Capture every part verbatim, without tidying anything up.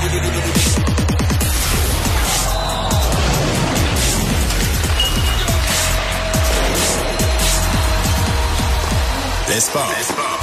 Les sports.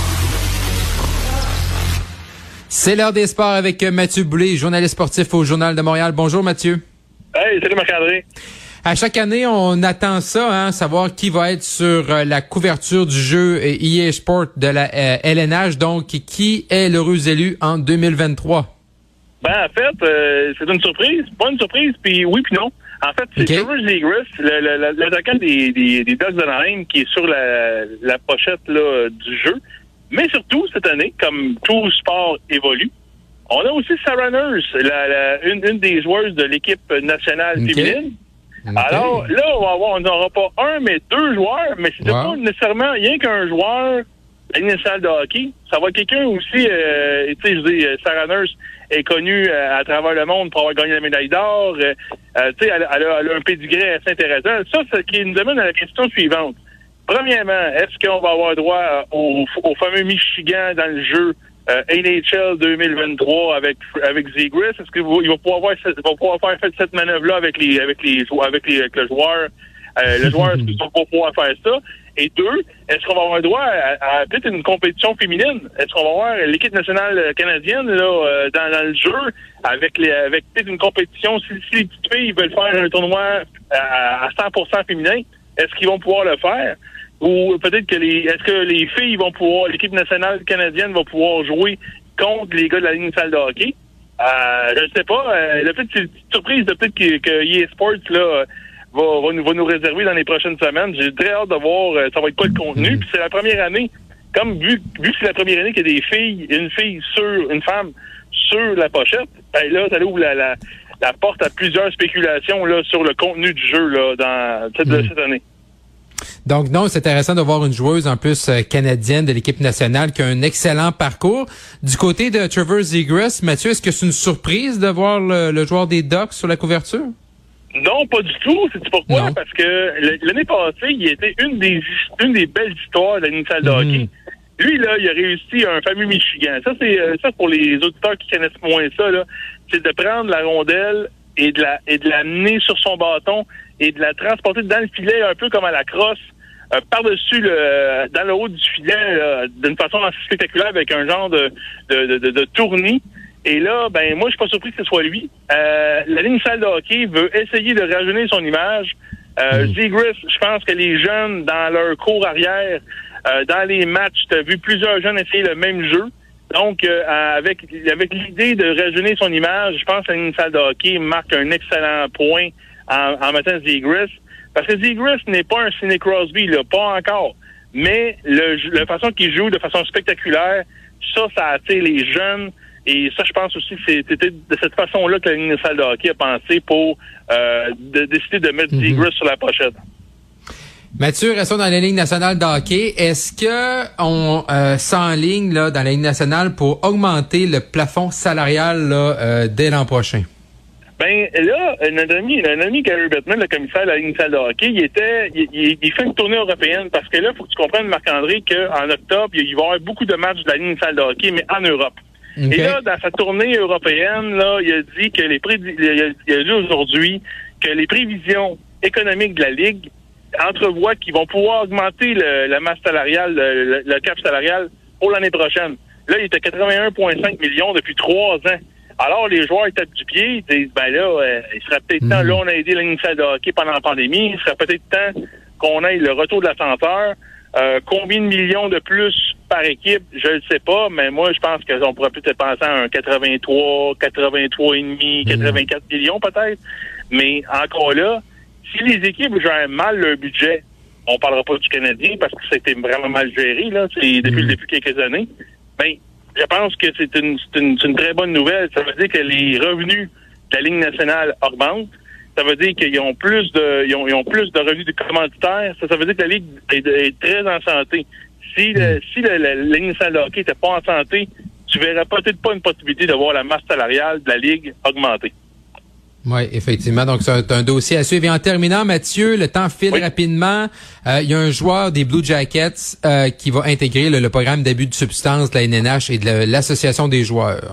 C'est l'heure des sports avec Mathieu Boulay, journaliste sportif au Journal de Montréal. Bonjour Mathieu. Hey, salut Marc-André. À chaque année, on attend ça, hein, savoir qui va être sur euh, la couverture du jeu E A Sport de la euh, L N H. Donc, qui est l'heureux élu en deux mille vingt-trois? Ben, en fait, euh, c'est une surprise. Pas une surprise, puis oui, puis non. En fait, c'est okay. Trevor Zegras, le, le, l'attaquant des, des, des Ducks d'Anaheim, qui est sur la, la pochette là, du jeu. Mais surtout, cette année, comme tout sport évolue, on a aussi Sarah Nurse, la, la, une, une des joueuses de l'équipe nationale okay. féminine. Okay. Alors, là, on va avoir, on n'aura pas un, mais deux joueurs, mais c'est wow. pas nécessairement rien qu'un joueur de la Ligue nationale de hockey. Ça va être quelqu'un aussi, euh, tu sais, je dis, Sarah Nurse est connue euh, à travers le monde pour avoir gagné la médaille d'or. Euh, euh, tu sais, elle, elle, elle a un pédigré assez intéressant. Ça, ce qui nous amène à la question suivante. Premièrement, est-ce qu'on va avoir droit au, au fameux Michigan dans le jeu euh, N H L deux mille vingt-trois avec avec Zegras? Est-ce qu'il va, il va pouvoir avoir cette, va pouvoir faire cette manœuvre-là avec les avec les avec les avec le joueur euh, le joueur est-ce qu'il va pouvoir faire ça? Et deux, est-ce qu'on va avoir droit à, à peut-être une compétition féminine? Est-ce qu'on va avoir l'équipe nationale canadienne là euh, dans, dans le jeu avec les avec peut-être une compétition si, si les petites filles veulent faire un tournoi à, à cent pour cent féminin? Est-ce qu'ils vont pouvoir le faire? Ou peut-être que les est-ce que les filles vont pouvoir, l'équipe nationale canadienne va pouvoir jouer contre les gars de la Ligue nationale de hockey? Euh, je ne sais pas. Euh, le fait c'est une petite surprise de peut-être que, que E A Sports là va, va, nous, va nous réserver dans les prochaines semaines. J'ai très hâte de voir euh, ça va être quoi le contenu. Puis c'est la première année. Comme vu, vu que c'est la première année qu'il y a des filles, une fille sur, une femme sur la pochette, ben là, ça ouvre la, la, la porte à plusieurs spéculations là sur le contenu du jeu là dans cette, mmh. cette année. Donc non, c'est intéressant de voir une joueuse en plus euh, canadienne de l'équipe nationale qui a un excellent parcours. Du côté de Trevor Zegras, Mathieu, est-ce que c'est une surprise de voir le, le joueur des Ducks sur la couverture? Non, pas du tout. C'est pourquoi? Non. Parce que l'année passée, il était une des une des belles histoires de la Ligue nationale de hockey. Lui, là, il a réussi un fameux Michigan. Ça, c'est ça pour les auditeurs qui connaissent moins ça, là. C'est de prendre la rondelle et de la et de l'amener sur son bâton et de la transporter dans le filet un peu comme à la crosse, euh, par-dessus le dans le haut du filet euh, d'une façon assez spectaculaire avec un genre de de, de, de, de tournis. Et là, ben moi je suis pas surpris que ce soit lui. Euh, la Ligue nationale de hockey veut essayer de rajeunir son image. Euh, mmh. Zegras, je pense que les jeunes dans leur cours arrière, euh, dans les matchs, tu as vu plusieurs jeunes essayer le même jeu. Donc, euh, avec avec l'idée de rajeunir son image, je pense que la Ligue nationale de hockey marque un excellent point en, en mettant Zegras. Parce que Zegras n'est pas un Sidney Crosby, là, pas encore. Mais le, la façon qu'il joue de façon spectaculaire, ça, ça attire les jeunes. Et ça, je pense aussi que c'était de cette façon-là que la Ligue nationale de hockey a pensé pour euh, de, décider de mettre mm-hmm. Zegras sur la pochette. Mathieu, restons dans la Ligue nationale de hockey. Est-ce que on euh, s'enligne là dans la Ligue nationale pour augmenter le plafond salarial là euh, dès l'an prochain? Ben là, notre ami, notre ami Gary Bettman, le commissaire de la Ligue nationale de hockey, il était, il, il, il fait une tournée européenne parce que là, il faut que tu comprennes, Marc-André, qu'en octobre, il va y avoir beaucoup de matchs de la Ligue nationale de hockey, mais en Europe. Okay. Et là, dans sa tournée européenne, là, il a dit que les prédi- il a, il a dit aujourd'hui que les prévisions économiques de la Ligue entrevoient qu'ils vont pouvoir augmenter le, la masse salariale, le, le cap salarial pour l'année prochaine. Là, il était quatre-vingt-un virgule cinq millions depuis trois ans. Alors, les joueurs, ils tapent du pied, ils disent, ben là, euh, il serait peut-être mmh. temps, là, on a aidé la Ligue nationale de hockey pendant la pandémie, il serait peut-être temps qu'on ait le retour de l'ascenseur. Euh, combien de millions de plus par équipe, je ne sais pas, mais moi, je pense qu'on pourrait peut-être penser à un quatre-vingt-trois, quatre-vingt-trois virgule cinq, quatre-vingt-quatre mmh. millions peut-être. Mais encore là, si les équipes gèrent mal leur budget, on parlera pas du Canadien parce que c'était vraiment mal géré, là, c'est depuis, mmh. depuis quelques années, ben, je pense que c'est une, c'est une, c'est une très bonne nouvelle. Ça veut dire que les revenus de la Ligue nationale augmentent. Ça veut dire qu'ils ont plus de ils ont, ils ont plus de revenus de commanditaires. Ça, ça veut dire que la Ligue est, est très en santé. Si le, si le, la, la Ligue nationale de hockey n'était pas en santé, tu verrais peut-être pas une possibilité de voir la masse salariale de la Ligue augmenter. Oui, effectivement. Donc, c'est un dossier à suivre. Et en terminant, Mathieu, le temps file oui. rapidement. Euh, il y a un joueur des Blue Jackets euh, qui va intégrer le, le programme d'abus de substances de la N N H et de la, l'Association des joueurs.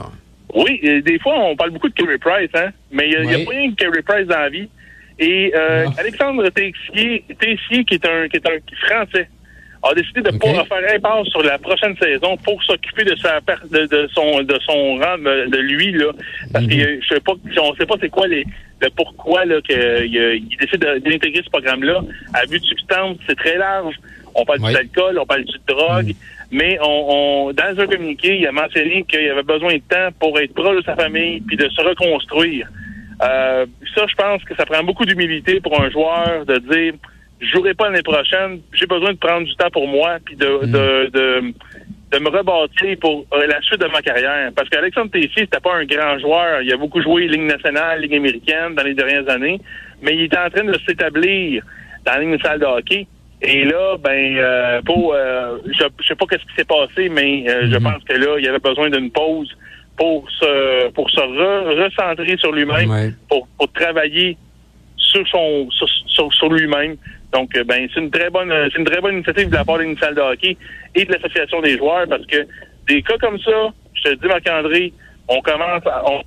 Oui, des fois, on parle beaucoup de Carey Price, hein, mais il n'y a, oui. a pas rien que Carey Price dans la vie. Et euh, Alexandre Tessier, Tessier, qui est un qui est un Français, a décidé de okay. pas faire impasse sur la prochaine saison pour s'occuper de sa de, de son de son rang de lui là, parce mm-hmm. que je sais pas, on sait pas c'est quoi les le pourquoi là que il, il décide d'intégrer ce programme-là. À vue de substance, c'est très large. On parle oui. d'alcool, on parle de drogue, mm. mais on, on dans un communiqué, il a mentionné qu'il avait besoin de temps pour être proche de sa famille puis de se reconstruire. Euh, ça, je pense que ça prend beaucoup d'humilité pour un joueur de dire je jouerai pas l'année prochaine, j'ai besoin de prendre du temps pour moi puis de, mm. de, de, de me rebâtir pour la suite de ma carrière. Parce qu'Alexandre Tessier, c'était pas un grand joueur. Il a beaucoup joué Ligue nationale, Ligue américaine dans les dernières années, mais il était en train de s'établir dans la Ligue nationale de hockey. Et là, ben, euh, pour, euh, je, je sais pas qu'est-ce qui s'est passé, mais euh, mm. je pense que là, il avait besoin d'une pause pour se pour se re, recentrer sur lui-même, ouais. pour, pour travailler sur son sur, sur, sur lui-même. Donc, ben, c'est une très bonne c'est une très bonne initiative de la part de l'Initiale de hockey et de l'association des joueurs, parce que des cas comme ça, je te dis, Marc-André, on commence à, on,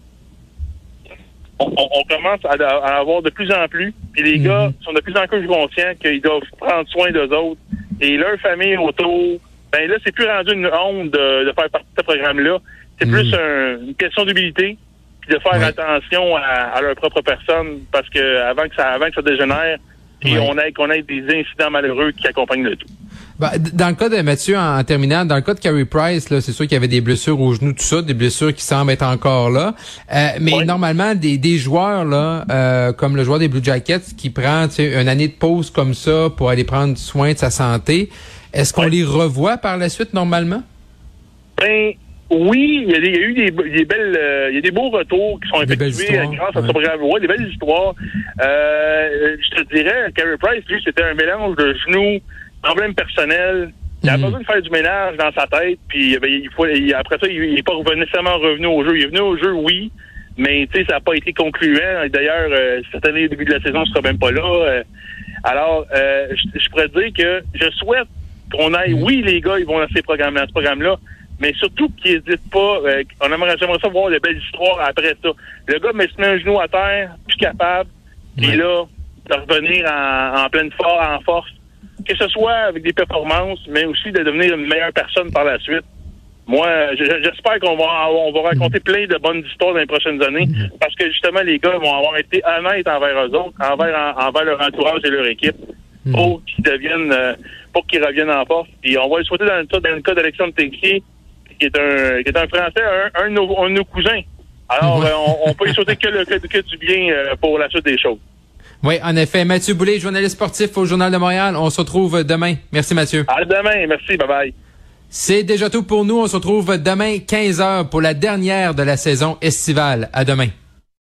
on, on commence à, à avoir de plus en plus. Puis les mm-hmm. gars sont de plus en plus conscients qu'ils doivent prendre soin d'eux autres et leur famille autour. Ben là, c'est plus rendu une honte de, de faire partie de ce programme-là. C'est mmh. plus un, une question d'humilité, puis de faire ouais. attention à, à leur propre personne, parce que avant que ça, avant que ça dégénère, puis ouais. on ait qu'on ait des incidents malheureux qui accompagnent le tout. Ben, dans le cas de Mathieu, en, en terminant, dans le cas de Carey Price, là, c'est sûr qu'il y avait des blessures au genou, tout ça, des blessures qui semblent être encore là. Euh, mais ouais. normalement, des, des joueurs là, euh, comme le joueur des Blue Jackets, qui prend une année de pause comme ça pour aller prendre soin de sa santé, est-ce qu'on ouais. les revoit par la suite normalement? Ben, oui, il y, a des, il y a eu des, des belles, euh, il y a des beaux retours qui sont des effectués grâce ouais. à ce programme. Ouais, des belles histoires. Euh, je te dirais, Carey Price, lui, c'était un mélange de genoux, problèmes personnels. Il a mm-hmm. besoin de faire du ménage dans sa tête, puis ben, il faut, il, après ça, il n'est pas nécessairement revenu au jeu. Il est venu au jeu, oui, mais tu sais, ça n'a pas été concluant. D'ailleurs, euh, cette année, au début de la saison, il ne sera même pas là. Euh, alors, euh, je, je pourrais dire que je souhaite qu'on aille, mm-hmm. oui, les gars, ils vont dans ces programmes, dans ce programme-là, mais surtout qu'ils n'hésitent pas. Euh, on aimerait, j'aimerais ça voir de belles histoires après ça. Le gars me se met un genou à terre, plus capable, puis ouais. là, de revenir en, en pleine force, en force. Que ce soit avec des performances, mais aussi de devenir une meilleure personne par la suite. Moi, j'espère qu'on va on va raconter plein de bonnes histoires dans les prochaines années, parce que justement, les gars vont avoir été honnêtes envers eux autres, envers, envers leur entourage et leur équipe, pour qu'ils deviennent, pour qu'ils reviennent en force. Et on va le souhaiter dans le cas, dans le cas d'Alexandre Tessier, qui est un, qui est un Français, un, un, de, nos, un de nos cousins. Alors, ouais. on, on peut lui souhaiter que, le, que, que du bien pour la suite des choses. Oui, en effet. Mathieu Boulay, journaliste sportif au Journal de Montréal. On se retrouve demain. Merci, Mathieu. À demain. Merci. Bye-bye. C'est déjà tout pour nous. On se retrouve demain, quinze heures, pour la dernière de la saison estivale. À demain.